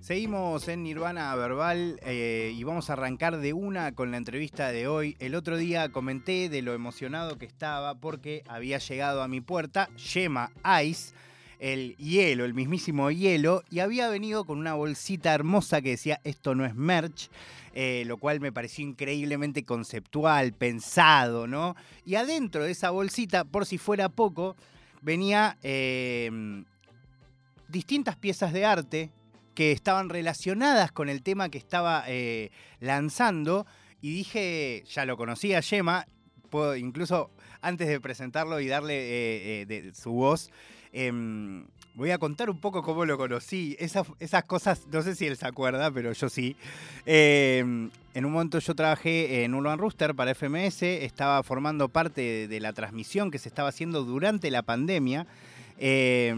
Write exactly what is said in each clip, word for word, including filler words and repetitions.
Seguimos en Nirvana Verbal eh, y vamos a arrancar de una con la entrevista de hoy. El otro día comenté de lo emocionado que estaba porque había llegado a mi puerta Yema Ice, el hielo, el mismísimo hielo, y había venido con una bolsita hermosa que decía esto no es merch, eh, lo cual me pareció increíblemente conceptual, pensado, ¿no? Y adentro de esa bolsita, por si fuera poco, venía eh, distintas piezas de arte que estaban relacionadas con el tema que estaba eh, lanzando, y dije, ya lo conocía a Yema, puedo incluso antes de presentarlo y darle eh, eh, de, su voz, eh, voy a contar un poco cómo lo conocí. Esas, esas cosas, no sé si él se acuerda, pero yo sí. Eh, en un momento yo trabajé en Urban Rooster para F M S, estaba formando parte de, de la transmisión que se estaba haciendo durante la pandemia. Eh,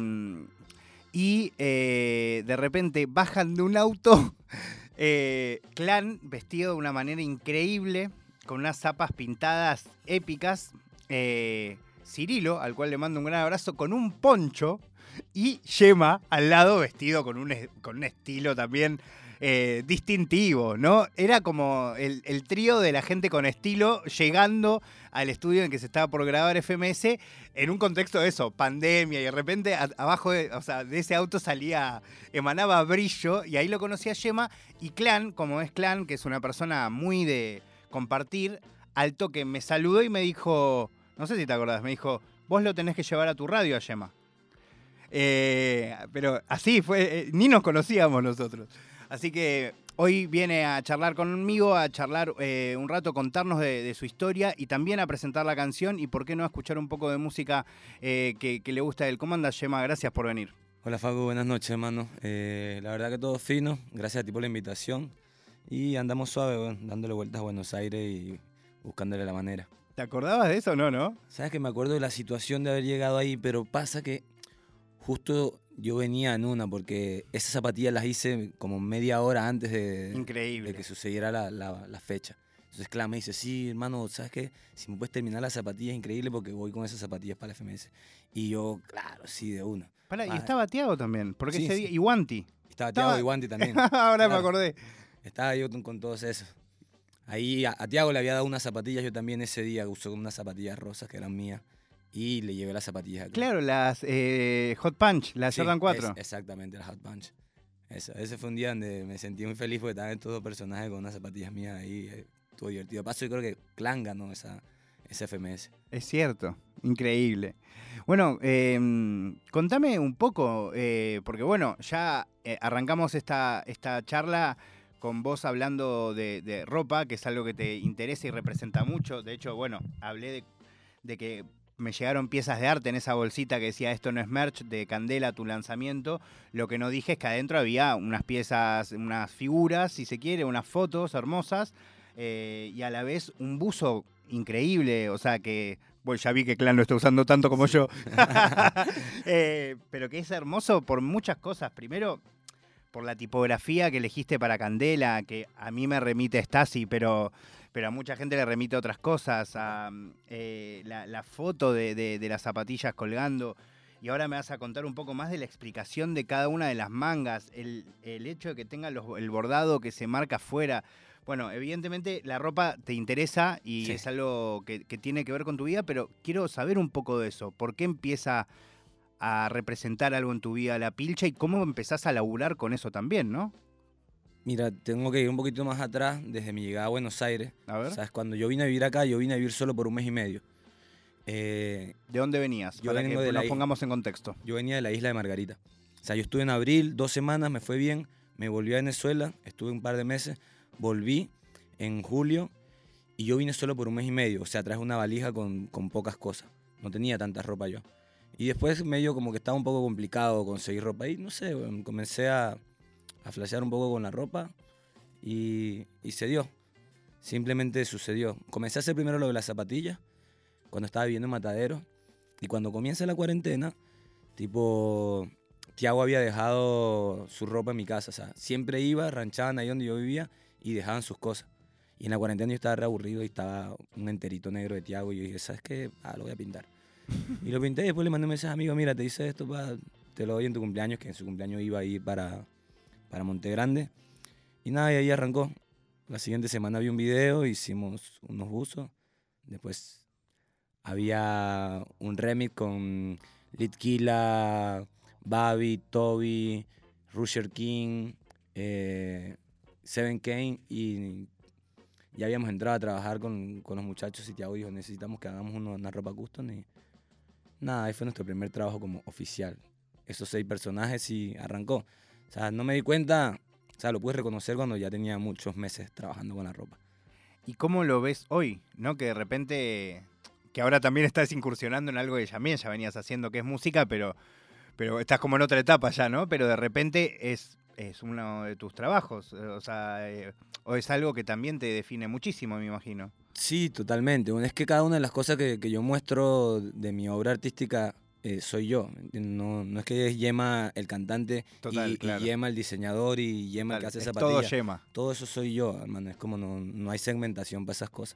Y eh, de repente bajan de un auto eh, Clan vestido de una manera increíble, con unas zapas pintadas épicas. Eh, Cirilo, al cual le mando un gran abrazo, con un poncho. Y Yema al lado vestido con un, con un estilo también eh, distintivo, ¿no? Era como el, el trío de la gente con estilo llegando al estudio en el que se estaba por grabar F M S en un contexto de eso, pandemia, y de repente a, abajo de, o sea, de ese auto salía, emanaba brillo, y ahí lo conocí a Yema. Y Clan, como es Clan, que es una persona muy de compartir, al toque me saludó y me dijo, no sé si te acordás, me dijo, vos lo tenés que llevar a tu radio a Yema. Eh, pero así fue, eh, ni nos conocíamos nosotros. Así que hoy viene a charlar conmigo, a charlar eh, un rato, contarnos de, de su historia y también a presentar la canción y por qué no a escuchar un poco de música eh, que, que le gusta a él. ¿Cómo andas, Yema? Gracias por venir. Hola, Facu, buenas noches, hermano. Eh, la verdad que todo fino, gracias a ti por la invitación. Y andamos suave, bueno, dándole vueltas a Buenos Aires y buscándole la manera. ¿Te acordabas de eso o no, no? Sabes que me acuerdo de la situación de haber llegado ahí, pero pasa que justo yo venía en una, porque esas zapatillas las hice como media hora antes de, Increíble. de que sucediera la, la, la fecha. Entonces Clan me dice, sí, hermano, ¿sabes qué? Si me puedes terminar las zapatillas, increíble, porque voy con esas zapatillas para la F M S. Y yo, claro, sí, de una. Pará, Ah, y estaba Tiago también, porque sí, ese sí. día, y Guanti. Estaba Tiago y Guanti también. Ahora Claro. me acordé. Estaba yo con, con todos esos. Ahí a, a Tiago le había dado unas zapatillas, yo también ese día usó unas zapatillas rosas que eran mías. Y le llevé las zapatillas. Acá. Claro, las eh, Hot Punch, las sí, Jordan cuatro. Es, exactamente, las Hot Punch. Eso, ese fue un día donde me sentí muy feliz porque estaban estos dos personajes con unas zapatillas mías ahí. Eh, estuvo divertido. Paso, yo creo que Clan ganó esa, esa F M S. Es cierto, increíble. Bueno, eh, contame un poco, eh, porque bueno, ya eh, arrancamos esta, esta charla con vos hablando de, de ropa, que es algo que te interesa y representa mucho. De hecho, bueno, hablé de, de que me llegaron piezas de arte en esa bolsita que decía esto no es merch, de Candela, tu lanzamiento. Lo que no dije es que adentro había unas piezas, unas figuras, si se quiere, unas fotos hermosas, eh, y a la vez un buzo increíble, o sea que, bueno, ya vi que Clan lo está usando tanto como yo, eh, pero que es hermoso por muchas cosas. Primero, por la tipografía que elegiste para Candela, que a mí me remite a Stasi, pero... pero a mucha gente le remite a otras cosas, a eh, la, la foto de, de, de las zapatillas colgando. Y ahora me vas a contar un poco más de la explicación de cada una de las mangas, el, el hecho de que tenga los, el bordado que se marca afuera. Bueno, evidentemente la ropa te interesa y sí, es algo que, que tiene que ver con tu vida, pero quiero saber un poco de eso. ¿Por qué empieza a representar algo en tu vida la pilcha y cómo empezás a laburar con eso también, no? Mira, tengo que ir un poquito más atrás, desde mi llegada a Buenos Aires. A ver. ¿Sabes? Cuando yo vine a vivir acá, yo vine a vivir solo por un mes y medio. Eh, ¿De dónde venías? Yo Para que de nos pongamos en contexto. Yo venía de la isla de Margarita. O sea, yo estuve en abril, dos semanas, me fue bien, me volví a Venezuela, estuve un par de meses, volví en julio y yo vine solo por un mes y medio. O sea, traje una valija con, con pocas cosas. No tenía tanta ropa yo. Y después medio como que estaba un poco complicado conseguir ropa. Y no sé, bueno, comencé a... a flashear un poco con la ropa y, y se dio. Simplemente sucedió. Comencé a hacer primero lo de las zapatillas cuando estaba viviendo en Matadero y cuando comienza la cuarentena, tipo, Tiago había dejado su ropa en mi casa. O sea, siempre iba, ranchaban ahí donde yo vivía y dejaban sus cosas. Y en la cuarentena yo estaba re aburrido y estaba un enterito negro de Tiago y yo dije, ¿sabes qué? Ah, lo voy a pintar. Y lo pinté y después le mandé un mensaje, amigo, mira, te hice esto, pa, te lo doy en tu cumpleaños, que en su cumpleaños iba a ir para... para Monte Grande. Y nada, y ahí arrancó. La siguiente semana vi un video, hicimos unos buzos. Después había un remix con Litkila, Babi, Toby, Rusher King, eh, Seven Kane, y ya habíamos entrado a trabajar con, con los muchachos y Thiago dijo, necesitamos que hagamos uno, una ropa custom, y nada, ahí fue nuestro primer trabajo como oficial. Esos seis personajes y arrancó. O sea, no me di cuenta, o sea, lo pude reconocer cuando ya tenía muchos meses trabajando con la ropa. ¿Y cómo lo ves hoy? ¿No? Que de repente, que ahora también estás incursionando en algo que también ya venías haciendo, que es música, pero, pero estás como en otra etapa ya, ¿no? Pero de repente es, es uno de tus trabajos, o sea, eh, o es algo que también te define muchísimo, me imagino. Sí, totalmente. Es que cada una de las cosas que, que yo muestro de mi obra artística eh, soy yo. No, no es que es Yema el cantante Total, y, claro. y Yema el diseñador y Yema el que hace Es zapatillas. todo Yema. Todo eso soy yo, hermano. Es como no, no hay segmentación para esas cosas.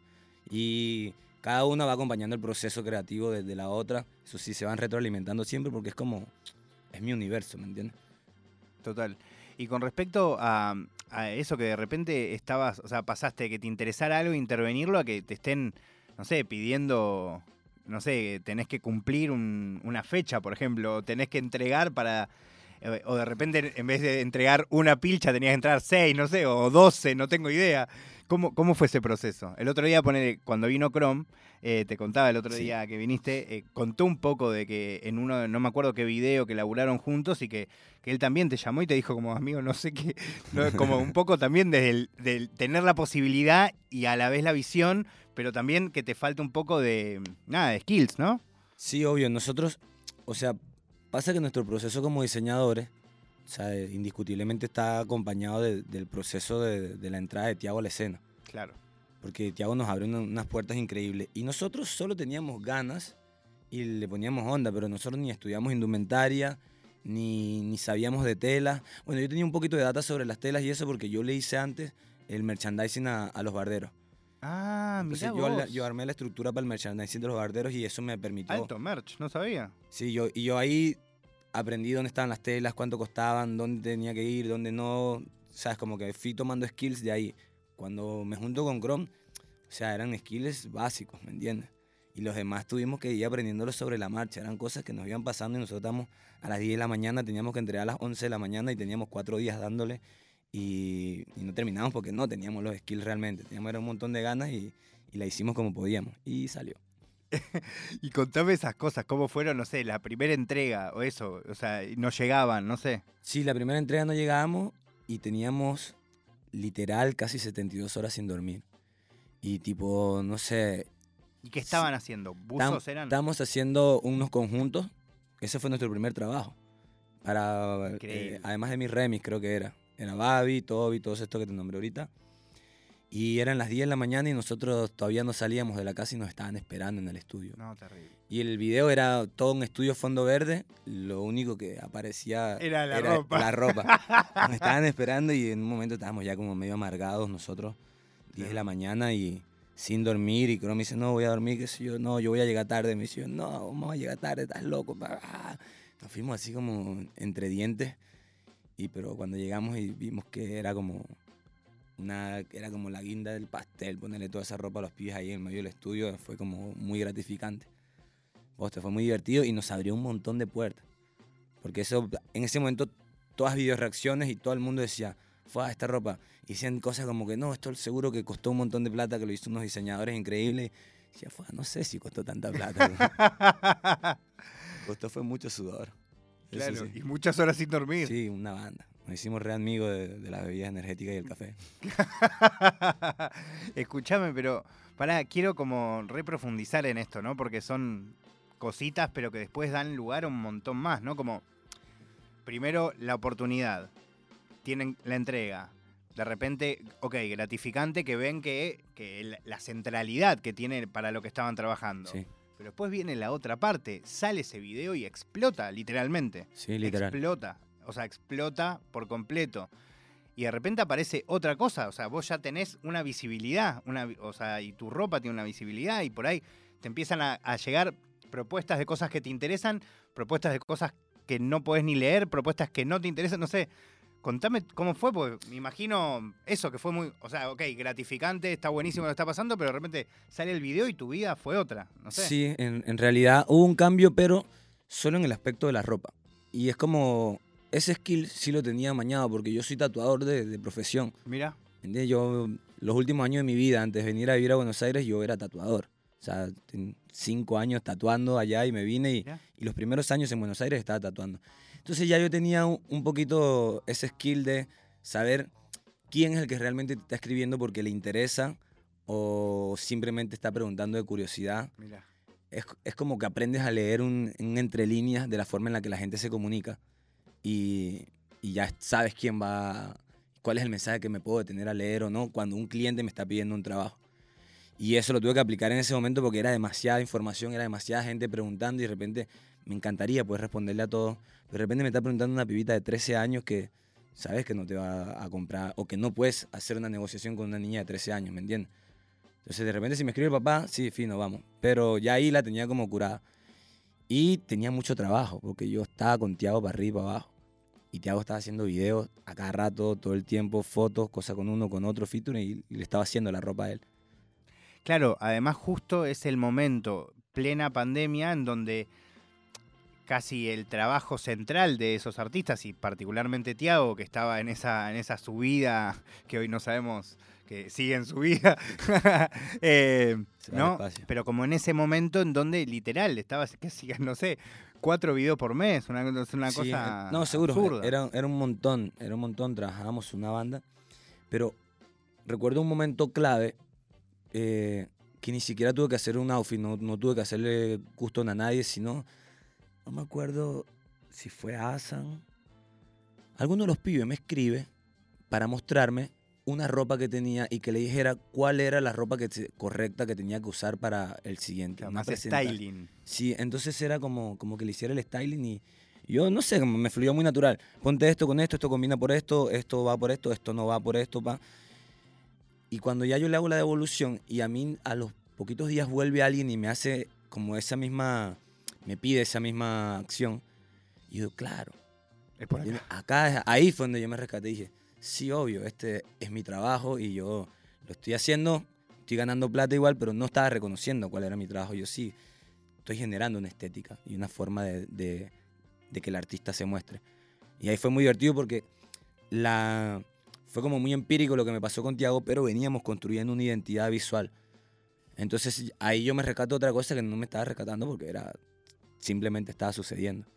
Y cada una va acompañando el proceso creativo de, de la otra. Eso sí, se van retroalimentando siempre porque es como, es mi universo, ¿me entiendes? Total. Y con respecto a, a eso que de repente estabas, o sea, pasaste de que te interesara algo, intervenirlo, a que te estén, no sé, pidiendo, no sé, tenés que cumplir un, una fecha, por ejemplo, o tenés que entregar para, eh, o de repente en vez de entregar una pilcha tenías que entrar seis, no sé, o doce, no tengo idea. ¿Cómo, cómo fue ese proceso? El otro día, poner, cuando vino Chrome, eh, te contaba el otro Sí. día que viniste, eh, contó un poco de que en uno, no me acuerdo qué video, que laburaron juntos y que, que él también te llamó y te dijo como, amigo, no sé qué, no, como un poco también desde el, del tener la posibilidad y a la vez la visión, pero también que te falta un poco de, nada, de skills, ¿no? Sí, obvio. Nosotros, o sea, pasa que nuestro proceso como diseñadores, o sea, indiscutiblemente está acompañado de, del proceso de, de la entrada de Thiago a la escena. Claro. Porque Thiago nos abrió una, unas puertas increíbles. Y nosotros solo teníamos ganas y le poníamos onda, pero nosotros ni estudiamos indumentaria, ni, ni sabíamos de telas. Bueno, yo tenía un poquito de data sobre las telas y eso porque yo le hice antes el merchandising a, a los barderos. Ah, Entonces mirá yo, vos. la- yo armé la estructura para el merchandising de los barderos y eso me permitió... Alto merch, no sabía. Sí, yo, y yo ahí aprendí dónde estaban las telas, cuánto costaban, dónde tenía que ir, dónde no. Sabes, como que fui tomando skills de ahí. Cuando me junto con Chrome, o sea, eran skills básicos, ¿me entiendes? Y los demás tuvimos que ir aprendiéndolo sobre la marcha. Eran cosas que nos iban pasando y nosotros estábamos a las diez de la mañana, teníamos que entregar a las once de la mañana y teníamos cuatro días dándole y, y no terminamos porque no teníamos los skills realmente. Teníamos era un montón de ganas y, y la hicimos como podíamos y salió. Y contame esas cosas, cómo fueron, no sé, la primera entrega o eso, o sea, no llegaban, no sé. Sí, la primera entrega no llegábamos y teníamos literal casi setenta y dos horas sin dormir. Y tipo, no sé, ¿Y qué estaban haciendo? ¿Buzos eran? estamos haciendo unos conjuntos. Ese fue nuestro primer trabajo. Para, Increíble. eh, además de mis remis, creo que era. Era Babi, Toby, todo esto que te nombré ahorita. Y eran las diez de la mañana y nosotros todavía no salíamos de la casa y nos estaban esperando en el estudio. No, terrible. Y el video era todo un estudio fondo verde. Lo único que aparecía Era la ropa. la ropa. Nos estaban esperando y en un momento estábamos ya como medio amargados nosotros. diez de la mañana y sin dormir. Y Chrome me dice, no, voy a dormir. Que si yo, no, yo voy a llegar tarde. Me dice, yo, no, vamos a llegar tarde, estás loco. Nos fuimos así como entre dientes. Y pero cuando llegamos y vimos que era como... Una, era como la guinda del pastel, ponerle toda esa ropa a los pibes ahí en medio del estudio, fue como muy gratificante. Hostia, fue muy divertido y nos abrió un montón de puertas. Porque eso, en ese momento, todas video reacciones y todo el mundo decía, fue esta ropa. Y decían cosas como que no, esto seguro que costó un montón de plata, que lo hizo unos diseñadores increíbles. Y decía, fue, no sé si costó tanta plata. Costó fue mucho sudor. Eso Claro, sí. y muchas horas sin dormir. Sí, una banda. Nos hicimos re amigos de, de las bebidas energéticas y el café. Escúchame, pero pará, quiero como reprofundizar en esto, ¿no? Porque son cositas, pero que después dan lugar a un montón más, ¿no? Como, primero, la oportunidad. Tienen la entrega. De repente, ok, gratificante que ven que, que el- la centralidad que tiene para lo que estaban trabajando. Sí, Pero después viene la otra parte. Sale ese video y explota, literalmente. sí, literal. Explota. O sea, explota por completo. Y de repente aparece otra cosa. O sea, vos ya tenés una visibilidad. Una, vi- o sea, y tu ropa tiene una visibilidad. Y por ahí te empiezan a, a llegar propuestas de cosas que te interesan, propuestas de cosas que no podés ni leer, propuestas que no te interesan. No sé. Contame cómo fue, porque me imagino eso, que fue muy, o sea, ok, gratificante, está buenísimo lo que está pasando, pero de repente sale el video y tu vida fue otra, no sé. Sí, en, en realidad hubo un cambio, pero solo en el aspecto de la ropa. Y es como, ese skill sí lo tenía mañado, porque yo soy tatuador de, de profesión. Mira. ¿Entiendes? Yo, los últimos años de mi vida, antes de venir a vivir a Buenos Aires, yo era tatuador. O sea, ten- cinco años tatuando allá y me vine y, Mirá. y los primeros años en Buenos Aires estaba tatuando. Entonces ya yo tenía un, un poquito ese skill de saber quién es el que realmente te está escribiendo porque le interesa o simplemente está preguntando de curiosidad. Mira. Es, es como que aprendes a leer un, un entre líneas de la forma en la que la gente se comunica y, y ya sabes quién va, cuál es el mensaje que me puedo detener a leer o no cuando un cliente me está pidiendo un trabajo. Y eso lo tuve que aplicar en ese momento porque era demasiada información, era demasiada gente preguntando y de repente me encantaría poder responderle a todos. Pero de repente me está preguntando una pibita de trece años que sabes que no te va a comprar o que no puedes hacer una negociación con una niña de trece años, ¿me entiendes? Entonces de repente si me escribe el papá, sí, fino, vamos. Pero ya ahí la tenía como curada. Y tenía mucho trabajo porque yo estaba con Tiago para arriba y para abajo. Y Tiago estaba haciendo videos a cada rato, todo el tiempo, fotos, cosas con uno, con otro, featuring, y, y le estaba haciendo la ropa a él. Claro, además justo es el momento, plena pandemia, en donde casi el trabajo central de esos artistas, y particularmente Tiago, que estaba en esa, en esa subida, que hoy no sabemos que sigue en su vida, eh, Se va ¿no? despacio. Pero como en ese momento en donde literal estaba, que sigas, no sé, cuatro videos por mes, una, una Sí, cosa eh, no, seguro, absurda. era, era un montón, era un montón, trabajábamos una banda, pero recuerdo un momento clave eh, que ni siquiera tuve que hacer un outfit, no, no tuve que hacerle custom a nadie, sino, no me acuerdo si fue Asan, alguno de los pibes me escribe para mostrarme una ropa que tenía y que le dijera cuál era la ropa que te- correcta que tenía que usar para el siguiente. Claro, una más presenta- styling. Sí, entonces era como, como que le hiciera el styling y yo no sé, como me fluyó muy natural. Ponte esto con esto, esto combina por esto, esto va por esto, esto no va por esto, pa. Y cuando ya yo le hago la devolución y a mí a los poquitos días vuelve alguien y me hace como esa misma, me pide esa misma acción, y yo digo, claro, Es por ¿entiendes? acá. Acá, es- ahí fue donde yo me rescaté y dije, sí, obvio, este es mi trabajo y yo lo estoy haciendo, estoy ganando plata igual, pero no estaba reconociendo cuál era mi trabajo. Yo sí, estoy generando una estética y una forma de, de- de que el artista se muestre. Y ahí fue muy divertido porque la, fue como muy empírico lo que me pasó con Tiago, pero veníamos construyendo una identidad visual. Entonces ahí yo me rescato otra cosa que no me estaba rescatando porque era simplemente estaba sucediendo.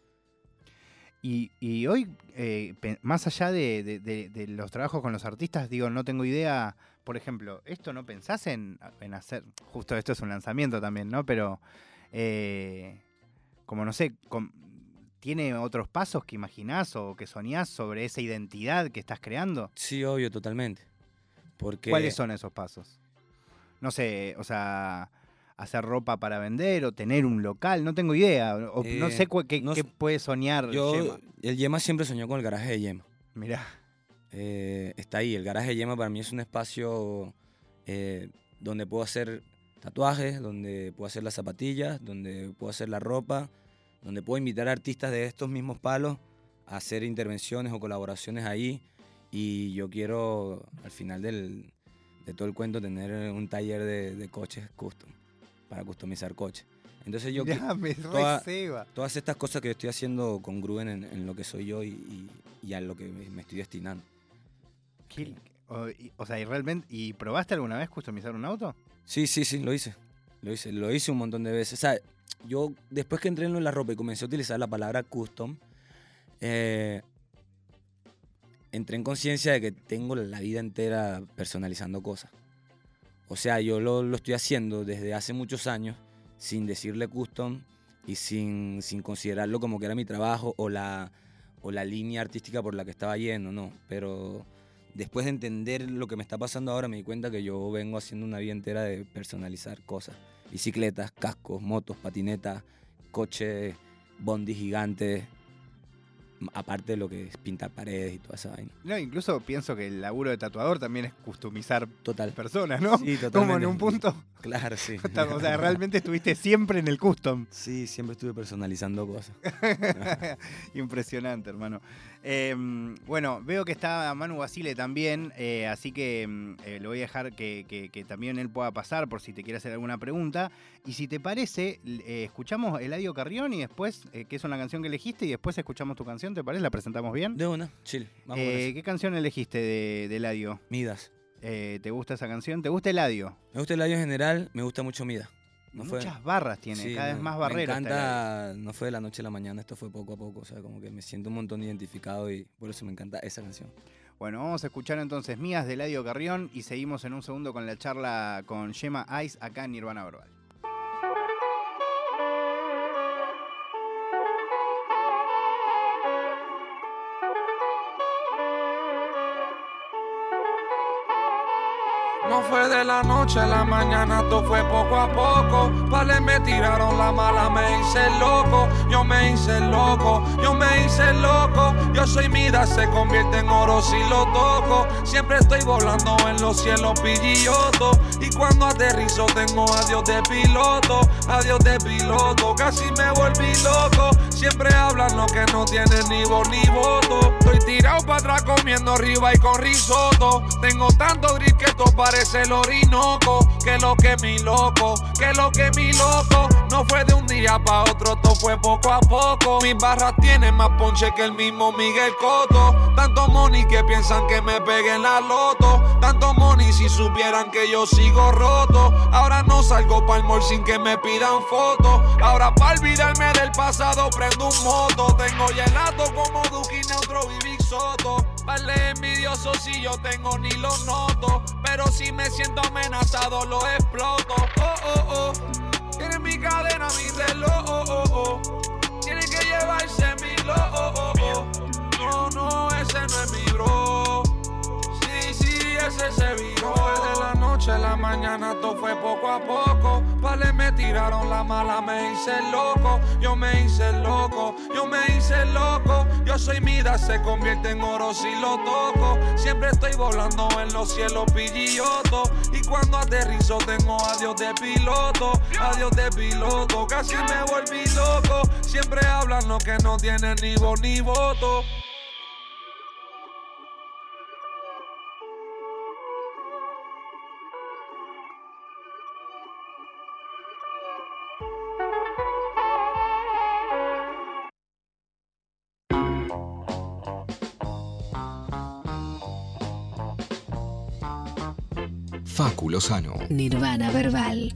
Y, y hoy, eh, pe- más allá de, de- de- de los trabajos con los artistas, digo, no tengo idea, por ejemplo, ¿esto no pensás en, en hacer? Justo esto es un lanzamiento también, ¿no? Pero, eh, como no sé, com- ¿tiene otros pasos que imaginás o que soñás sobre esa identidad que estás creando? Sí, obvio, totalmente. Porque ¿Cuáles son esos pasos? No sé, o sea, hacer ropa para vender o tener un local, no tengo idea. O no eh, sé cu- qué, no qué s- puede soñar yo, Yema. el Yema siempre soñó con el garaje de Yema. Mirá, Eh, está ahí, el garaje de Yema para mí es un espacio eh, donde puedo hacer tatuajes, donde puedo hacer las zapatillas, donde puedo hacer la ropa, donde puedo invitar a artistas de estos mismos palos a hacer intervenciones o colaboraciones ahí. Y yo quiero, al final del, de todo el cuento, tener un taller de, de coches custom, para customizar coches. Entonces yo, qui- mirá, me toda- receba. todas estas cosas que yo estoy haciendo congruyen en, en lo que soy yo y, y- y a lo que me, me estoy destinando. Qué- O, y- o sea, y realmente, ¿y probaste alguna vez customizar un auto? Sí, sí, sí, lo hice. Lo hice, lo hice un montón de veces. O sea, yo después que entré en lo de la ropa y comencé a utilizar la palabra custom, eh, entré en conciencia de que tengo la vida entera personalizando cosas. O sea, yo lo, lo estoy haciendo desde hace muchos años sin decirle custom y sin, sin considerarlo como que era mi trabajo o la, o la línea artística por la que estaba yendo, no. Pero después de entender lo que me está pasando ahora me di cuenta que yo vengo haciendo una vida entera de personalizar cosas. Bicicletas, cascos, motos, patinetas, coches, bondis gigantes. aparte de lo que es pintar paredes y toda esa vaina. No, incluso pienso que el laburo de tatuador también es customizar Total. personas, ¿no? Sí, totalmente. Como en un punto. Claro, sí. O sea, realmente estuviste siempre en el custom. Sí, siempre estuve personalizando cosas. Impresionante, hermano. Eh, bueno, veo que está Manu Basile también, eh, así que eh, lo voy a dejar que, que, que también él pueda pasar por si te quiere hacer alguna pregunta. Y si te parece, eh, escuchamos Eladio Carrión y después, eh, que es una canción que elegiste, y después escuchamos tu canción, ¿te parece? ¿La presentamos bien? De una, chill. Vamos con Eh, eso. ¿Qué canción elegiste de, de Eladio? Midas. Eh, ¿Te gusta esa canción? ¿Te gusta Eladio? Me gusta el audio en general, me gusta mucho Midas. No Muchas fue, barras tiene, sí, cada me, vez más me barreras. encanta, no fue de la noche a la mañana, esto fue poco a poco, o sea, como que me siento un montón identificado y por eso me encanta esa canción. Bueno, vamos a escuchar entonces Mías de Eladio Carrión y seguimos en un segundo con la charla con Gemma Ice acá en Nirvana Verbal. No fue de la noche a la mañana, todo fue poco a poco. Vale, me tiraron la mala, me hice loco. Yo me hice loco, yo me hice loco. Yo soy Midas, se convierte en oro si lo toco. Siempre estoy volando en los cielos pillillotos. Y cuando aterrizo tengo adiós de piloto, adiós de piloto. Casi me volví loco. Siempre hablan lo que no tienen ni voz ni voto. Estoy tirado para atrás comiendo arriba y con risotto. Tengo tanto grip que esto parece el Orinoco. Que lo que mi loco, que lo que mi loco. No fue de un día pa' otro, esto fue poco a poco. Mis barras tienen más ponche que el mismo Miguel Cotto. Tanto money que piensan que me peguen la loto. Tanto money si supieran que yo sigo roto. Ahora no salgo pa'l mall sin que me pidan fotos. Ahora pa' olvidarme del pasado prendo un moto. Tengo gelato como Duki, Neutro y Big Soto. Vale envidioso si yo tengo ni lo noto. Pero si me siento amenazado lo exploto. Oh, oh, oh. Tienen mi cadena, mi reloj, oh, oh, oh. Tienen que llevarse mi lo, oh, oh, oh. No, no, ese no es mi bro. Sí, sí, ese se viró. De la noche a la mañana todo fue poco a poco. Vale, me tiraron la mala, me hice loco. Yo me hice loco, yo me hice loco. Yo soy Midas, se convierte en oro si lo toco. Siempre estoy volando en los cielos pillillotos. Y cuando aterrizo tengo adiós de piloto, adiós de piloto. Casi me volví loco. Siempre hablan lo que no tienen ni voz ni voto. Facu Lozano. Nirvana Verbal.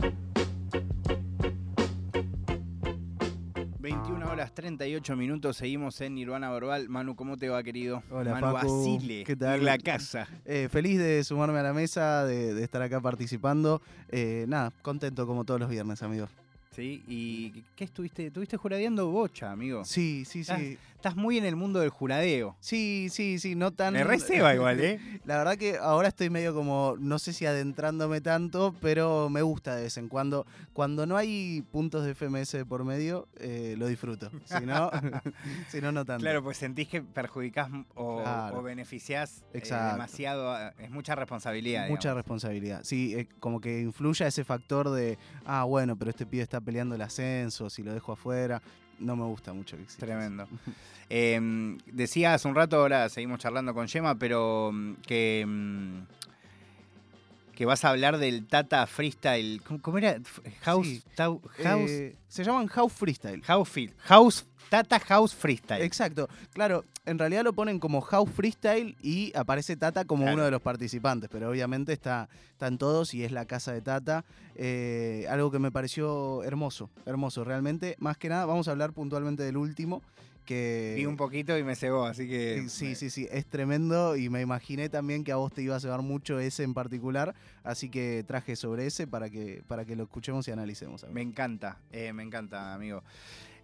veintiuna horas treinta y ocho minutos, seguimos en Nirvana Verbal. Manu, ¿cómo te va, querido? Hola, Manu Facu. Basile, ¿Qué tal? en la casa. Eh, feliz de sumarme a la mesa, de, de estar acá participando. Eh, nada, contento como todos los viernes, amigo. Sí, ¿y qué estuviste? ¿Estuviste juradeando bocha, amigo? Sí, sí, Estás, sí. estás muy en el mundo del juradeo. Sí, sí, sí, no tan... Me receba igual, ¿eh? La verdad que ahora estoy medio como, no sé si adentrándome tanto, pero me gusta de vez en cuando. Cuando no hay puntos de F M S por medio, eh, lo disfruto. Si no, si no, no tanto. Claro, pues sentís que perjudicás o, Claro. o beneficiás eh, Exacto. demasiado. Es mucha responsabilidad. Mucha digamos. responsabilidad. Sí, eh, como que influye ese factor de, ah, bueno, pero este pibe está peleando el ascenso, si lo dejo afuera. No me gusta mucho que exista. Tremendo. Eh, decía hace un rato, ahora seguimos charlando con Gemma, pero mm, que, mm, que vas a hablar del Tata Freestyle. ¿Cómo, cómo era? House, Sí. Tau- house, Eh, se llaman House Freestyle. house, Feel- house, Tata House Freestyle. Exacto. Claro, en realidad lo ponen como House Freestyle y aparece Tata como Claro. uno de los participantes, pero obviamente está, están todos y es la casa de Tata. Eh, algo que me pareció hermoso, hermoso realmente. Más que nada, vamos a hablar puntualmente del último, que... Vi un poquito y me cebó, así que... Sí, sí, sí, es tremendo y me imaginé también que a vos te iba a cebar mucho ese en particular, así que traje sobre ese para que, para que lo escuchemos y analicemos. Me encanta, eh, me encanta, amigo.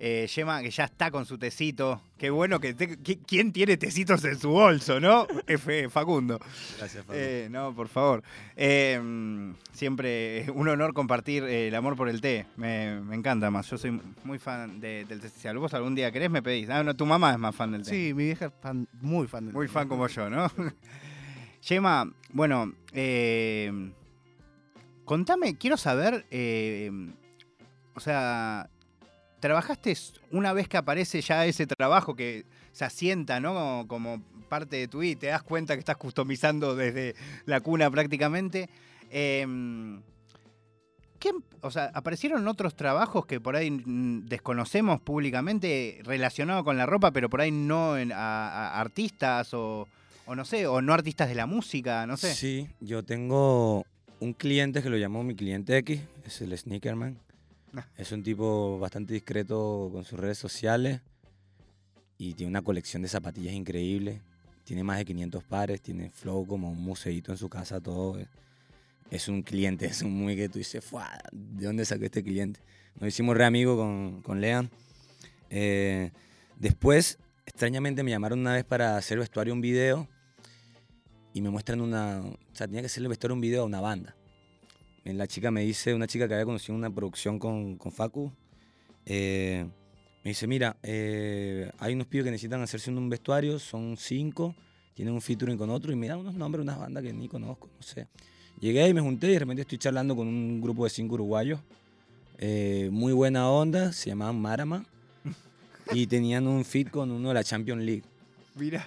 Eh, Gemma, que ya está con su tecito. Qué bueno que... Te, que- ¿Quién tiene tecitos en su bolso, no? F, Facundo. Gracias, Facundo. Eh, no, por favor. Eh, mm, siempre es un honor compartir eh, el amor por el té. Me, me encanta más. Yo soy muy fan de- del té. Si vos algún día querés, me pedís. Ah, no, tu mamá es más fan del té. Sí, mi vieja es fan- muy fan del Muy té. fan como yo, ¿no? Gemma, bueno, eh, contame, quiero saber, eh, o sea, ¿trabajaste una vez que aparece ya ese trabajo que se asienta, ¿no? Como, como parte de tu vida y te das cuenta que estás customizando desde la cuna prácticamente? Eh, ¿qué, o sea, ¿aparecieron otros trabajos que por ahí mm, desconocemos públicamente relacionados con la ropa, pero por ahí no en- a, a artistas o, o no sé, o no artistas de la música, no sé? Sí, yo tengo un cliente que lo llamo mi cliente X, es el Sneakerman. Ah. Es un tipo bastante discreto con sus redes sociales y tiene una colección de zapatillas increíble. Tiene más de quinientos pares, tiene flow como un museíto en su casa, todo. Es un cliente, es un muy que tú dices, "Fua, ¿de dónde saqué este cliente?" Nos hicimos re amigos con, con Lean. Eh, después, extrañamente, me llamaron una vez para hacer vestuario un video y me muestran una... O sea, tenía que hacerle vestuario un video a una banda. Eh, La chica me dice, una chica que había conocido una producción con, con Facu, eh, me dice, mira, eh, hay unos pibes que necesitan hacerse un vestuario, son cinco, tienen un featuring con otro y me dan unos nombres, unas bandas que ni conozco, no sé. Llegué y me junté y de repente estoy charlando con un grupo de cinco uruguayos, eh, muy buena onda, se llamaban Marama, y tenían un feat con uno de la Champions League. Mira.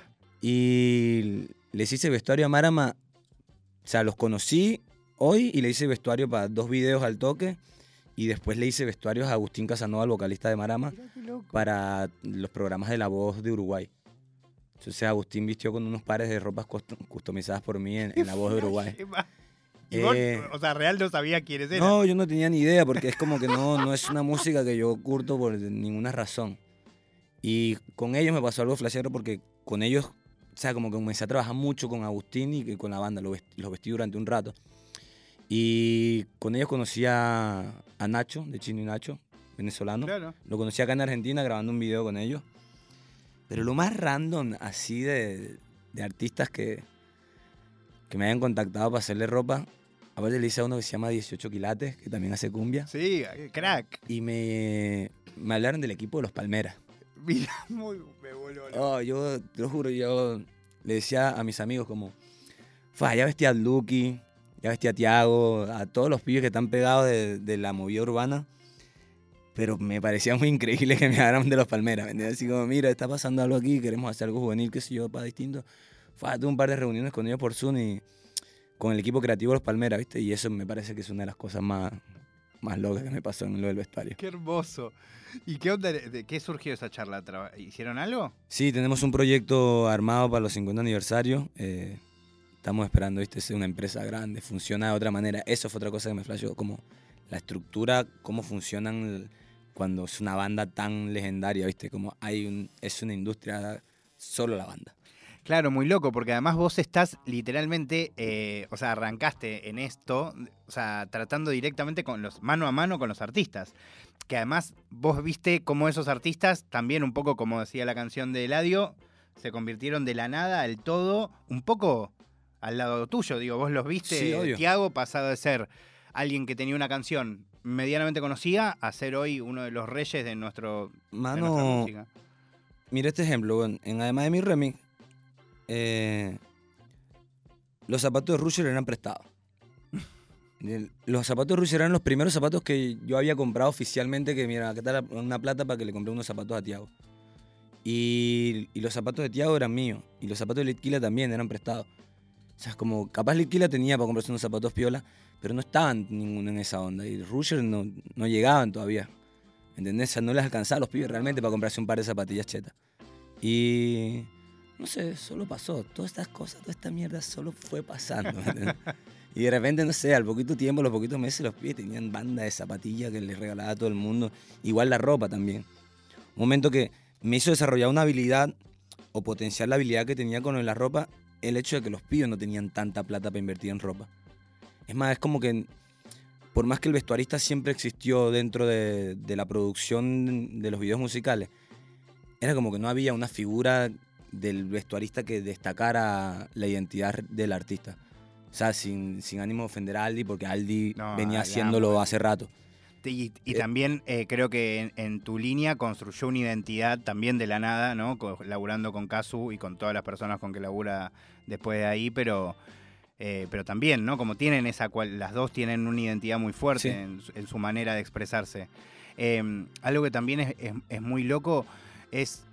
Y les hice vestuario a Marama, o sea, los conocí hoy y le hice vestuario para dos videos al toque. Y después le hice vestuarios a Agustín Casanova, el vocalista de Marama, Mirá qué loco. para los programas de La Voz de Uruguay. Entonces Agustín vistió con unos pares de ropas custom- customizadas por mí en, en La Voz de Uruguay. Gemma. Y vos, Eh, o sea, real no sabía quiénes eran. No, yo no tenía ni idea porque es como que no, no es una música que yo curto por ninguna razón. Y con ellos me pasó algo flashero porque con ellos, o sea, como que comencé a trabajar mucho con Agustín y con la banda, los vestí, los vestí durante un rato. Y con ellos conocí a, a Nacho, de Chino y Nacho, venezolano. Claro. Lo conocí acá en Argentina grabando un video con ellos. Pero lo más random así de, de artistas que, que me hayan contactado para hacerle ropa, aparte le hice a uno que se llama dieciocho quilates, que también hace cumbia. Sí, crack. Y me, me hablaron del equipo de los Palmeras. Mira, muy me voló loco. Oh, yo, te lo juro, yo le decía a mis amigos como, "Fa, ya vestía a Lucky, ya vestía a Tiago, a todos los pibes que están pegados de, de la movida urbana, pero me parecía muy increíble que me hablaran de los Palmeras, ¿me entiendes? Así como, mira, está pasando algo aquí, queremos hacer algo juvenil, qué sé yo, para distinto. Fa, tuve un par de reuniones con ellos por Zoom y con el equipo creativo de los Palmeras, ¿viste? Y eso me parece que es una de las cosas más, más locas que me pasó en lo del vestuario. Qué hermoso. ¿Y qué onda? ¿De qué surgió esa charla? Traba- ¿Hicieron algo? Sí, tenemos un proyecto armado para los cincuenta aniversarios. Eh, estamos esperando, viste, ser una empresa grande, funciona de otra manera. Eso fue otra cosa que me flasheó, como la estructura, cómo funcionan el- cuando es una banda tan legendaria, viste, como hay un, es una industria solo la banda. Claro, muy loco, porque además vos estás literalmente, eh, o sea, arrancaste en esto, o sea, tratando directamente con los, mano a mano con los artistas. Que además vos viste cómo esos artistas, también un poco como decía la canción de Eladio, se convirtieron de la nada al todo, un poco al lado tuyo, digo, vos los viste, Sí, obvio. Tiago, pasado de ser alguien que tenía una canción medianamente conocida a ser hoy uno de los reyes de, nuestro, de nuestra Mano, música. mira este ejemplo, bueno, en además de mi remix, eh, los zapatos de Rusher eran prestados. El- Los zapatos de Rusher eran los primeros zapatos que yo había comprado oficialmente, que mira, acá está la- una plata para que le compré unos zapatos a Tiago. Y, y los zapatos de Tiago eran míos, y los zapatos de Litquila también eran prestados. O sea, es como, capaz Litquila tenía para comprarse unos zapatos piola, pero no estaban ninguno en esa onda, y Rusher no, no llegaban todavía. ¿Entendés? O sea, no les alcanzaba a los pibes realmente para comprarse un par de zapatillas chetas. Y no sé, solo pasó. Todas estas cosas, toda esta mierda solo fue pasando. ¿me entiendes? Y de repente, no sé, al poquito tiempo, a los poquitos meses, los pibes tenían banda de zapatillas que les regalaba a todo el mundo. Igual la ropa también. Un momento que me hizo desarrollar una habilidad o potenciar la habilidad que tenía con lo de la ropa, el hecho de que los pibes no tenían tanta plata para invertir en ropa. Es más, es como que por más que el vestuarista siempre existió dentro de, de la producción de los videos musicales, era como que no había una figura del vestuarista que destacara la identidad del artista. O sea, sin, sin ánimo de ofender a Aldi, porque Aldi No, venía ya, haciéndolo bueno. hace rato. Y, y Eh, también eh, creo que en, en tu línea construyó una identidad también de la nada, ¿no? Co- laburando con Casu y con todas las personas con que labura después de ahí, pero, eh, pero también, ¿no? Como tienen esa cual, las dos tienen una identidad muy fuerte Sí. en, su- en su manera de expresarse. Eh, algo que también es, es- es muy loco es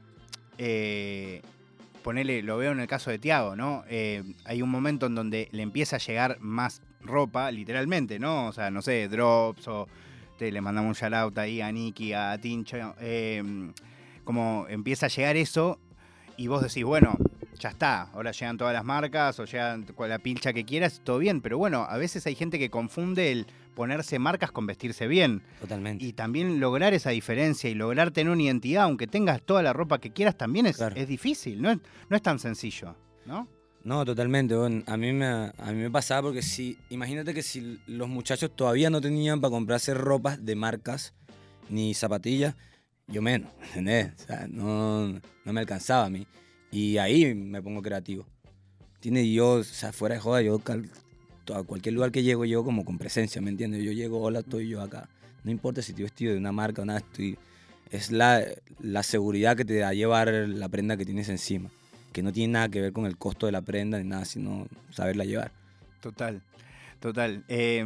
eh, ponele, lo veo en el caso de Tiago, ¿no? Eh, hay un momento en donde le empieza a llegar más ropa, literalmente, ¿no? O sea, no sé, drops o te, le mandamos un shout out ahí a Nicky, a Tincho, eh, como empieza a llegar eso y vos decís, bueno, ya está, ahora llegan todas las marcas o llegan con la pincha que quieras, todo bien, pero bueno, a veces hay gente que confunde el ponerse marcas con vestirse bien. Totalmente. Y también lograr esa diferencia y lograr tener una identidad, aunque tengas toda la ropa que quieras, también es, Claro. es difícil, no es, no es tan sencillo, ¿no? No, totalmente. Bueno, a, mí me, a mí me pasaba porque si, imagínate que si los muchachos todavía no tenían para comprarse ropas de marcas ni zapatillas, yo menos, ¿entendés? O sea, no, no me alcanzaba a mí. Y ahí me pongo creativo. ¿Entiendes? Y yo, o sea, fuera de joda, yo cal- a cualquier lugar que llego, llego como con presencia, ¿me entiendes? Yo llego, hola, estoy yo acá. No importa si estoy vestido de una marca o nada, estoy... Es la, la seguridad que te da llevar la prenda que tienes encima, que no tiene nada que ver con el costo de la prenda ni nada, sino saberla llevar. Total, total. Eh,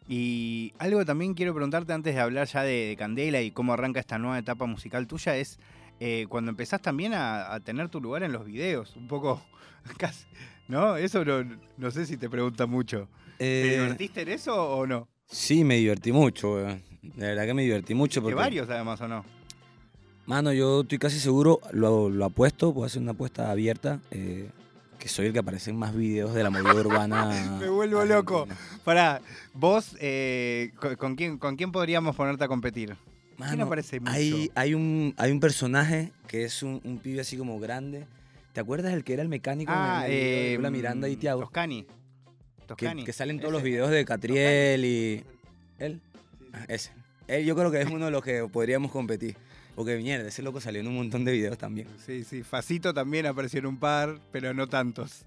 y algo también quiero preguntarte antes de hablar ya de, de Candela y cómo arranca esta nueva etapa musical tuya es eh, cuando empezás también a, a tener tu lugar en los videos, un poco, casi, ¿no? Eso no, no sé si te pregunta mucho. ¿Te Eh, divertiste en eso o no? sí, me divertí mucho, weón. De verdad que me divertí mucho Que porque... varios además, ¿o no? Mano, yo estoy casi seguro, lo, lo apuesto, puedo hacer una apuesta abierta, eh, que soy el que aparece en más videos de la movida urbana. Me vuelvo loco. argentina. Pará, vos, eh, ¿con, con quién, ¿con quién podríamos ponerte a competir? ¿Quién Mano, aparece mucho? Hay, hay, un, hay un personaje que es un, un pibe así como grande. ¿Te acuerdas el que era el mecánico Ah, en el video de eh, Lola Miranda y Tiago? Toscani. Que, Toscani. que salen todos Ese. los videos de Catriel y... ¿Él? Ah, ese. Él yo creo que es uno de los que podríamos competir. Porque mierda, ese loco salió en un montón de videos también. Sí, sí. Facito también apareció en un par, pero no tantos.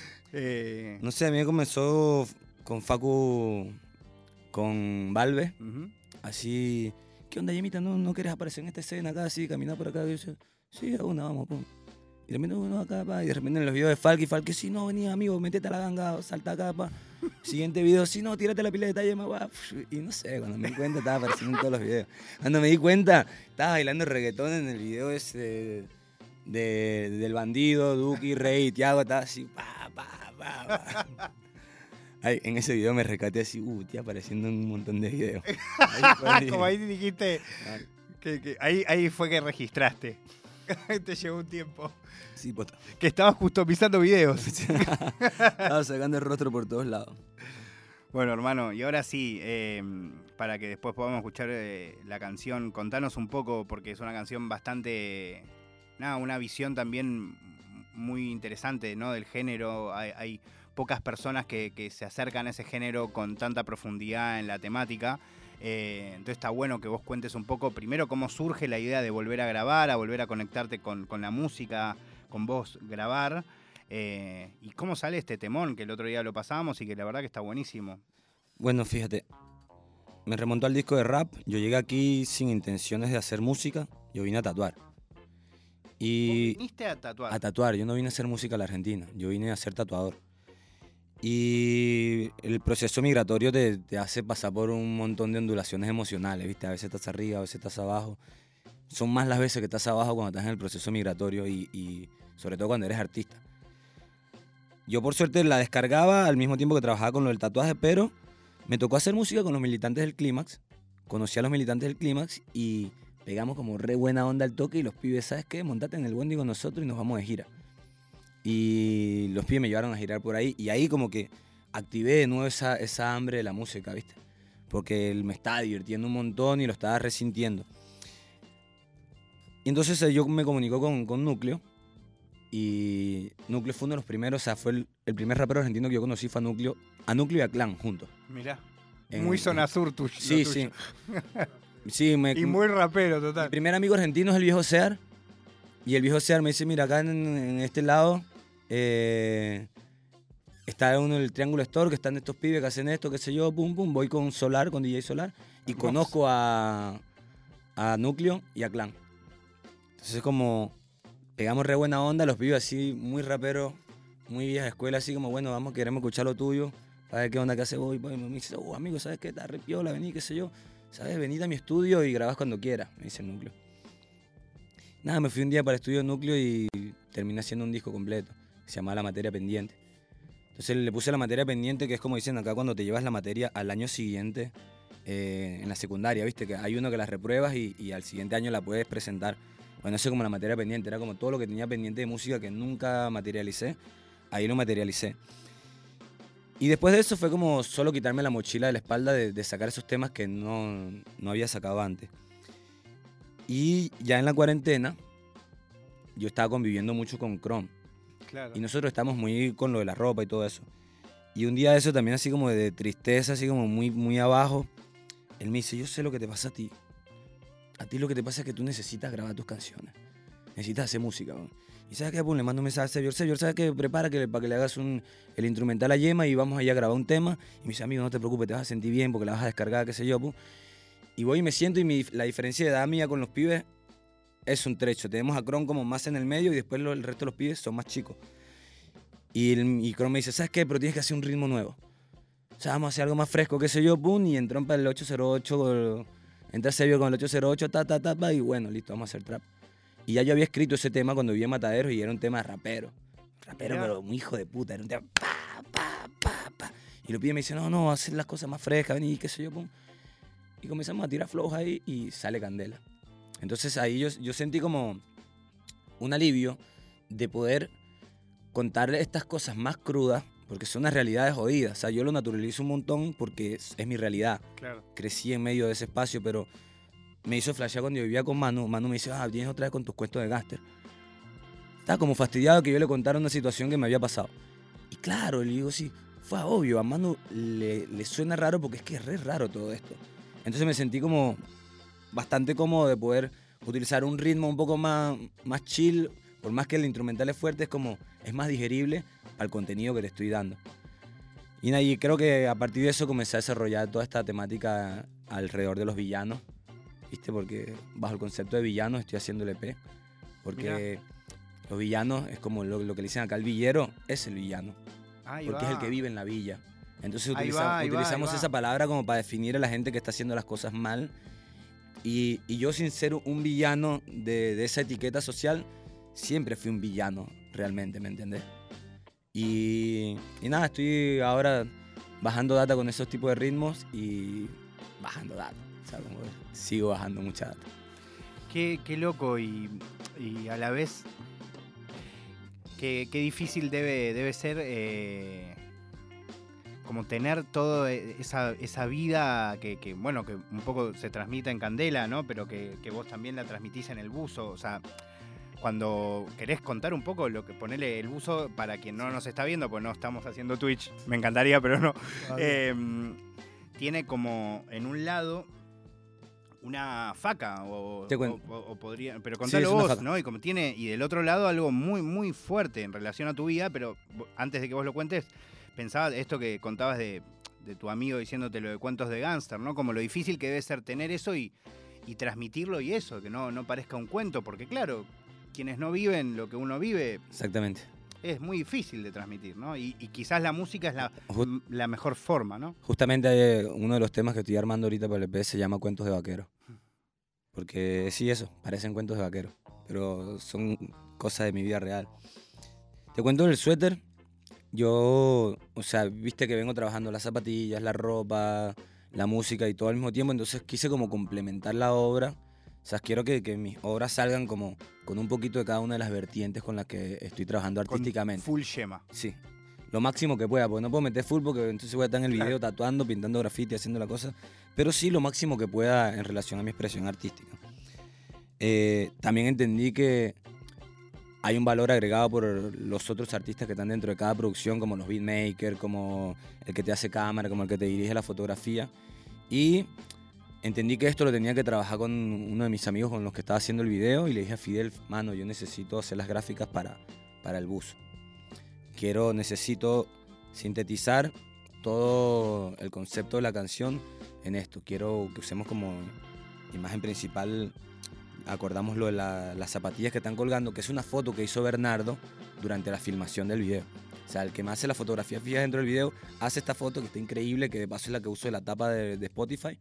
Eh, No sé, a mí me comenzó con Facu, con Valve, ujú. así... ¿Qué onda, Yemita? ¿No, ¿No quieres aparecer en esta escena acá, así, caminar por acá? Y yo decía, sí, a una, vamos, pum. Y de repente uno acá, pa. Y de repente en los videos de Falky, Falky, si no, venía, amigo, metete a la ganga, salta acá, pa. Siguiente video, si no, tírate la pila de detalle, más Y no sé, cuando me di cuenta estaba apareciendo en todos los videos. Cuando me di cuenta, estaba bailando reggaetón en el video ese de, de- del bandido, Duki, Rey, Tiago, estaba así, pa, pa, pa, pa. Ay, en ese video me recaté así, uh, estoy apareciendo en un montón de videos. Ahí fue donde Como ahí dije, dijiste, "Ah, que, que ahí, ahí fue que registraste. Te llevó un tiempo. sí, pota. Que estabas customizando videos. Estaba sacando el rostro por todos lados. Bueno, hermano, y ahora sí, eh, para que después podamos escuchar eh, la canción, contanos un poco, porque es una canción bastante, nada, una visión también muy interesante, ¿no? Del género. Hay, hay pocas personas que, que se acercan a ese género con tanta profundidad en la temática. Eh, entonces está bueno que vos cuentes un poco, primero, cómo surge la idea de volver a grabar, a volver a conectarte con, con la música, con vos grabar. Eh, y cómo sale este temón, que el otro día lo pasamos y que la verdad que está buenísimo. Bueno, fíjate, me remontó al disco de rap. Yo llegué aquí sin intenciones de hacer música. Yo vine a tatuar. Y Vos viniste a tatuar. a tatuar. Yo no vine a hacer música a la Argentina. Yo vine a ser tatuador. Y el proceso migratorio te, te hace pasar por un montón de ondulaciones emocionales, ¿viste? A veces estás arriba, a veces estás abajo. Son más las veces que estás abajo cuando estás en el proceso migratorio y, y sobre todo cuando eres artista. Yo por suerte la descargaba al mismo tiempo que trabajaba con lo del tatuaje, pero me tocó hacer música con los militantes del Clímax. Conocí a los militantes del Clímax y pegamos como re buena onda al toque y los pibes, ¿sabes qué? Montate en el bondi con nosotros y nos vamos de gira. Y los pibes me llevaron a girar por ahí y ahí como que activé de nuevo esa, esa hambre de la música, ¿viste? Porque él me estaba divirtiendo un montón y lo estaba resintiendo. Y entonces eh, yo me comunicó con, con Núcleo y Núcleo fue uno de los primeros, o sea, fue el, el primer rapero argentino que yo conocí fue a Núcleo, a Núcleo y a Clan juntos. Mirá. En- Muy zona sur tuyo. Sí, lo sí. tuyo. Sí, me, Y muy rapero, mi total. primer amigo argentino es el viejo Sear. Y el viejo Sear me dice, mira, acá en, en este lado eh, está uno del Triángulo Store, que están estos pibes que hacen esto, qué sé yo, pum, pum. Voy con Solar, con D J Solar. Y Hermoso. conozco a, a Núcleo y a Clan. Entonces como pegamos re buena onda, los pibes así, muy raperos, muy vieja escuela, así como, bueno, vamos, queremos escuchar lo tuyo, a ver qué onda que hace vos. Y pues, me dice, oh, amigo, ¿sabes qué? Está re piola, vení, qué sé yo. ¿Sabes? Venid a mi estudio y grabás cuando quieras, me dice el Núcleo. Nada, me fui un día para el estudio de Núcleo y terminé haciendo un disco completo, que se llamaba La Materia Pendiente. Entonces le puse La Materia Pendiente, que es como dicen acá cuando te llevas la materia al año siguiente eh, en la secundaria, ¿viste? Que hay uno que la repruebas y, y al siguiente año la puedes presentar. Bueno, eso es como La Materia Pendiente, era como todo lo que tenía pendiente de música que nunca materialicé, ahí lo materialicé. Y después de eso fue como solo quitarme la mochila de la espalda de, de sacar esos temas que no, no había sacado antes. Y ya en la cuarentena, yo estaba conviviendo mucho con Chrome. Claro. Y nosotros estamos muy con lo de la ropa y todo eso. Y un día de eso también así como de tristeza, así como muy, muy abajo, él me dice, yo sé lo que te pasa a ti. A ti lo que te pasa es que tú necesitas grabar tus canciones. Necesitas hacer música, ¿no? Y ¿sabes qué? Pues le mando un mensaje a Sevior. Sevior, ¿sabes qué? Prepara que, para que le hagas un, el instrumental a Yema y vamos allá a grabar un tema. Y me dice, amigo, no te preocupes, te vas a sentir bien porque la vas a descargar, qué sé yo. Pues. Y voy y me siento y mi, la diferencia de edad mía con los pibes es un trecho. Tenemos a Chrome como más en el medio y después lo, el resto de los pibes son más chicos. Y, el, y Chrome me dice, ¿sabes qué? Pero tienes que hacer un ritmo nuevo. O sea, vamos a hacer algo más fresco, qué sé yo, pum. Y entró para el ocho cero ocho, entra Sevior con el ocho cero ocho, ta, ta, ta, ta, y bueno, listo, vamos a hacer trap. Y ya yo había escrito ese tema cuando vivía en Mataderos y era un tema rapero. Rapero, Mirá. pero un hijo de puta. Era un tema pa, pa, pa, pa. Y los pibes me dicen, no, no, hacer las cosas más frescas, vení, qué sé yo, pum. Y comenzamos a tirar flows ahí y sale candela. Entonces ahí yo, yo sentí como un alivio de poder contarle estas cosas más crudas, porque son unas realidades jodidas. O sea, yo lo naturalizo un montón porque es, es mi realidad. Claro. Crecí en medio de ese espacio, pero me hizo flashear cuando yo vivía con Manu. Manu me dice, ah, vienes otra vez con tus cuentos de gángster. Estaba como fastidiado que yo le contara una situación que me había pasado. Y claro, le digo, sí, fue obvio, a Manu le, le suena raro porque es que es re raro todo esto. Entonces me sentí como bastante cómodo de poder utilizar un ritmo un poco más, más chill, por más que el instrumental es fuerte, es como, es más digerible al contenido que le estoy dando. Y, nada, y creo que a partir de eso comencé a desarrollar toda esta temática alrededor de los villanos, ¿viste? Porque bajo el concepto de villanos estoy haciendo el E P, porque Mirá. Los villanos es como lo, lo que le dicen acá, el villero es el villano, Ahí porque va. es el que vive en la villa. Entonces Ahí utiliza, va, ahí va, utilizamos ahí va. esa palabra como para definir a la gente que está haciendo las cosas mal. Y, y yo, sin ser un villano de, de esa etiqueta social, siempre fui un villano, realmente, ¿me entendés? Y, y nada, estoy ahora bajando data con esos tipos de ritmos y bajando data. O sea, como sigo bajando mucha data. Qué, qué loco y, y a la vez qué, qué difícil debe, debe ser eh, como tener toda esa, esa vida que, que, bueno, que un poco se transmite en Candela, ¿no? Pero que, que vos también la transmitís en el buzo. O sea, cuando querés contar un poco lo que ponele el buzo, para quien no nos está viendo, pues no estamos haciendo Twitch, me encantaría, pero no. Eh, tiene como en un lado una faca o, Te cuento. o, o podría, pero Sí, contalo es una vos, faca. ¿no? Y como tiene, y del otro lado algo muy, muy fuerte en relación a tu vida, pero antes de que vos lo cuentes, pensaba esto que contabas de, de tu amigo diciéndote lo de cuentos de gángster, ¿no? Como lo difícil que debe ser tener eso y, y transmitirlo y eso, que no, no parezca un cuento, porque claro, quienes no viven lo que uno vive Exactamente. es muy difícil de transmitir, ¿no? Y, y quizás la música es la, Ju- la mejor forma, ¿no? Justamente eh, uno de los temas que estoy armando ahorita para el E P se llama Cuentos de Vaquero. Porque sí, eso, parecen cuentos de vaquero, pero son cosas de mi vida real. Te cuento del suéter. Yo, o sea, viste que vengo trabajando las zapatillas, la ropa, la música y todo al mismo tiempo, entonces quise como complementar la obra. O sea, quiero que, que mis obras salgan como con un poquito de cada una de las vertientes con las que estoy trabajando Con artísticamente. full yema. Sí, lo máximo que pueda, porque no puedo meter full porque entonces voy a estar en el video Claro. tatuando, pintando graffiti, haciendo la cosa, pero sí lo máximo que pueda en relación a mi expresión artística. Eh, también entendí que hay un valor agregado por los otros artistas que están dentro de cada producción, como los beatmakers, como el que te hace cámara, como el que te dirige la fotografía. Y entendí que esto lo tenía que trabajar con uno de mis amigos con los que estaba haciendo el video y le dije a Fidel, mano, yo necesito hacer las gráficas para, para el buzo. Quiero, necesito sintetizar todo el concepto de la canción en esto. Quiero que usemos como imagen principal, acordamos lo de la, las zapatillas que están colgando, que es una foto que hizo Bernardo durante la filmación del video. O sea, el que me hace la fotografía fija dentro del video hace esta foto que está increíble, que de paso es la que uso en la tapa de, de Spotify.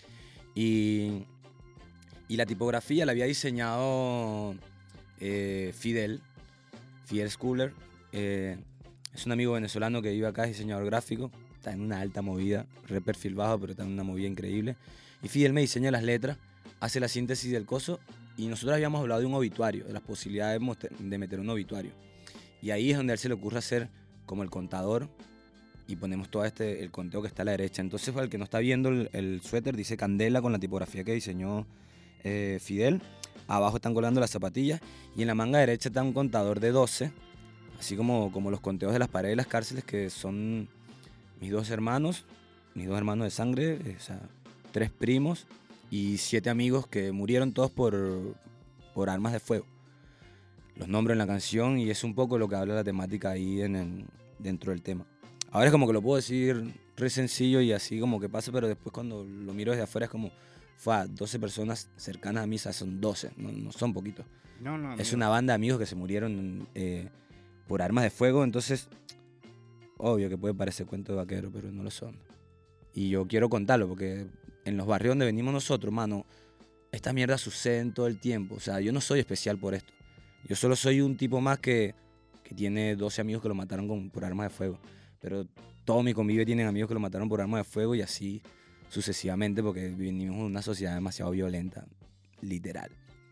Y, y la tipografía la había diseñado eh, Fidel, Fidel Schooler. Eh, es un amigo venezolano que vive acá, es diseñador gráfico. Está en una alta movida, re perfil bajo, pero está en una movida increíble. Y Fidel me diseña las letras, hace la síntesis del coso. Y nosotros habíamos hablado de un obituario, de las posibilidades de meter un obituario. Y ahí es donde a él se le ocurre hacer como el contador y ponemos todo este, el conteo que está a la derecha. Entonces, para el que no está viendo el, el suéter, dice Candela con la tipografía que diseñó eh, Fidel. Abajo están colgando las zapatillas y en la manga derecha está un contador de doce, así como, como los conteos de las paredes de las cárceles, que son mis dos hermanos, mis dos hermanos de sangre, o sea, tres primos y siete amigos que murieron todos por, por armas de fuego. Los nombro en la canción y es un poco lo que habla la temática ahí en el, dentro del tema. Ahora es como que lo puedo decir re sencillo y así como que pasa, pero después cuando lo miro desde afuera es como, fue doce personas cercanas a mí, o sea, son doce, no, no son poquitos. No, no, es una banda de amigos que se murieron eh, por armas de fuego, entonces, obvio que puede parecer cuento de vaquero, pero no lo son. Y yo quiero contarlo porque en los barrios donde venimos nosotros, mano, estas mierdas suceden todo el tiempo. O sea, yo no soy especial por esto. Yo solo soy un tipo más que, que tiene doce amigos que lo mataron con, por armas de fuego. Pero todo mi convive tienen amigos que lo mataron por armas de fuego y así sucesivamente porque vivimos en una sociedad demasiado violenta, literal.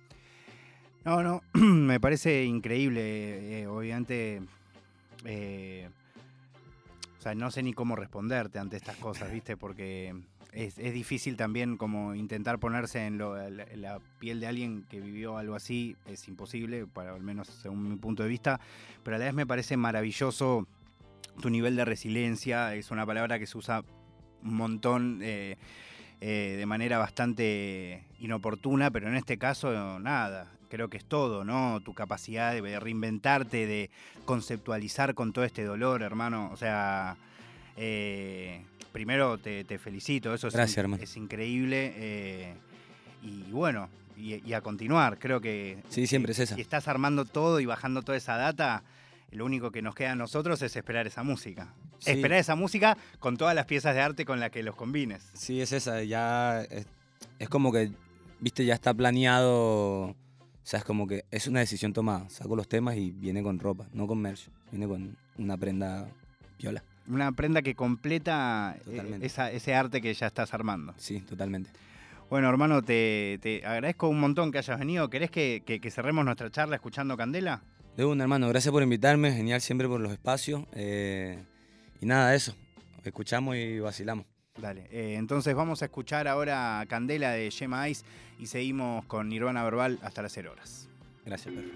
No, no, me parece increíble, eh, obviamente, eh, o sea, no sé ni cómo responderte ante estas cosas, ¿viste? Porque es, es difícil también como intentar ponerse en, lo, en la piel de alguien que vivió algo así, es imposible, para, al menos según mi punto de vista, pero a la vez me parece maravilloso tu nivel de resiliencia, es una palabra que se usa un montón, eh, eh, de manera bastante inoportuna, pero en este caso nada, creo que es todo, ¿no? Tu capacidad de reinventarte, de conceptualizar con todo este dolor, hermano, o sea, eh, primero te, te felicito, eso es, Gracias, in, hermano. es increíble, eh, y bueno, y, y a continuar, creo que sí, siempre es esa. Si estás armando todo y bajando toda esa data, lo único que nos queda a nosotros es esperar esa música. Sí. Esperar esa música con todas las piezas de arte con las que los combines. Sí, es esa. Ya es, es como que, viste, ya está planeado. O sea, es como que es una decisión tomada. Saco los temas y viene con ropa, no con merch. Viene con una prenda viola. Una prenda que completa esa, ese arte que ya estás armando. Sí, totalmente. Bueno, hermano, te, te agradezco un montón que hayas venido. ¿Querés que, que, que cerremos nuestra charla escuchando Candela? De una, hermano, gracias por invitarme, genial siempre por los espacios. Eh, y nada, eso, escuchamos y vacilamos. Dale, eh, entonces vamos a escuchar ahora Candela de Yema Ice y seguimos con Nirvana Verbal hasta las cero horas. Gracias, perro.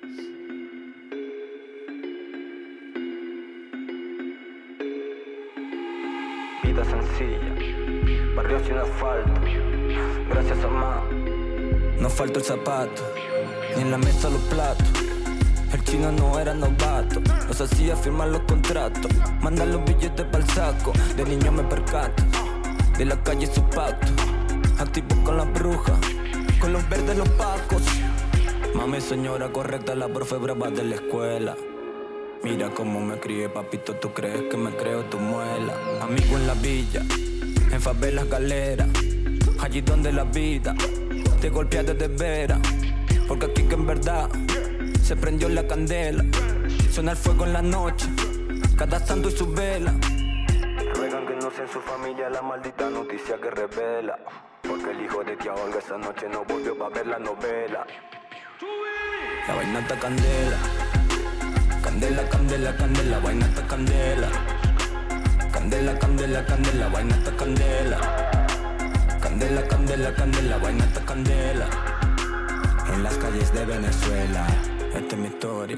Vida sencilla, barrio sin asfalto, gracias a más. No falta el zapato, ni en la mesa los platos. El chino no era novato, nos hacía firmar los contratos, mandar los billetes pa'l saco. De niño me percato, de la calle su pacto, activo con las brujas, con los verdes los pacos. Mami señora correcta, la profe brava de la escuela. Mira cómo me crié, papito, ¿tú crees que me creo tu muela? Amigo en la villa, en favelas galeras, allí donde la vida te golpea desde veras. Porque aquí que en verdad se prendió la candela, suena el fuego en la noche, cada santo y su vela. Ruegan que no sea en su familia la maldita noticia que revela, porque el hijo de tía Olga esa noche no volvió pa' ver la novela. La vaina está candela, candela, candela, candela, vaina está candela. Candela, candela, candela, vaina está candela. Candela, candela, candela, vaina está candela. En las calles de Venezuela, esta es mi historia.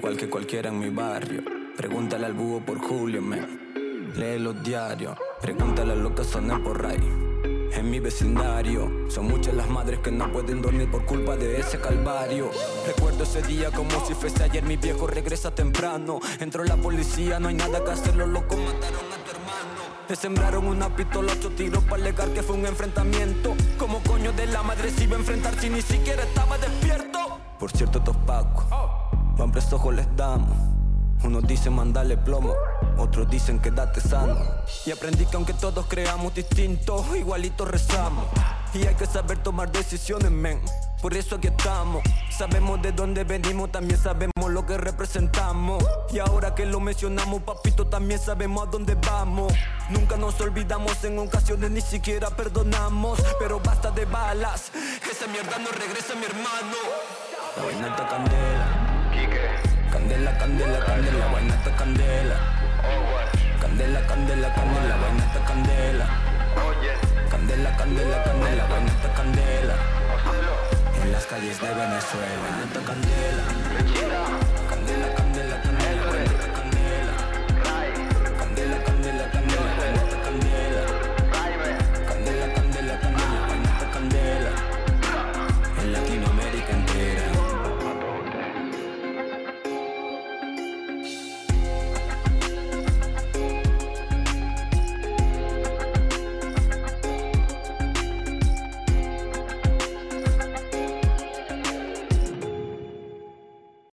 igual que cualquiera en mi barrio. Pregúntale al búho por Julio, men. Lee los diarios, pregúntale a lo que soné por ahí. En mi vecindario son muchas las madres que no pueden dormir por culpa de ese calvario. Recuerdo ese día como si fuese ayer, mi viejo regresa temprano. Entró la policía, no hay nada que hacer, los locos mataron a tu hermano. Le sembraron una pistola, ocho tiros para alegar que fue un enfrentamiento. ¿Cómo coño de la madre se iba a enfrentar si ni siquiera estaba despierto? Por cierto, estos pacos, van presos o les damos. Unos dicen mandarle plomo, otros dicen quédate sano. Y aprendí que aunque todos creamos distintos, igualitos rezamos. Y hay que saber tomar decisiones, men. Por eso aquí estamos. Sabemos de dónde venimos, también sabemos lo que representamos. Y ahora que lo mencionamos, papito, también sabemos a dónde vamos. Nunca nos olvidamos, en ocasiones ni siquiera perdonamos. Pero basta de balas, esa mierda no regresa, mi hermano. La vaina está candela. Candela, candela, candela, vaina está candela. Candela, candela, candela, vaina está candela. Candela, candela, candela, vaina está candela. En las calles de Venezuela, vaina está candela.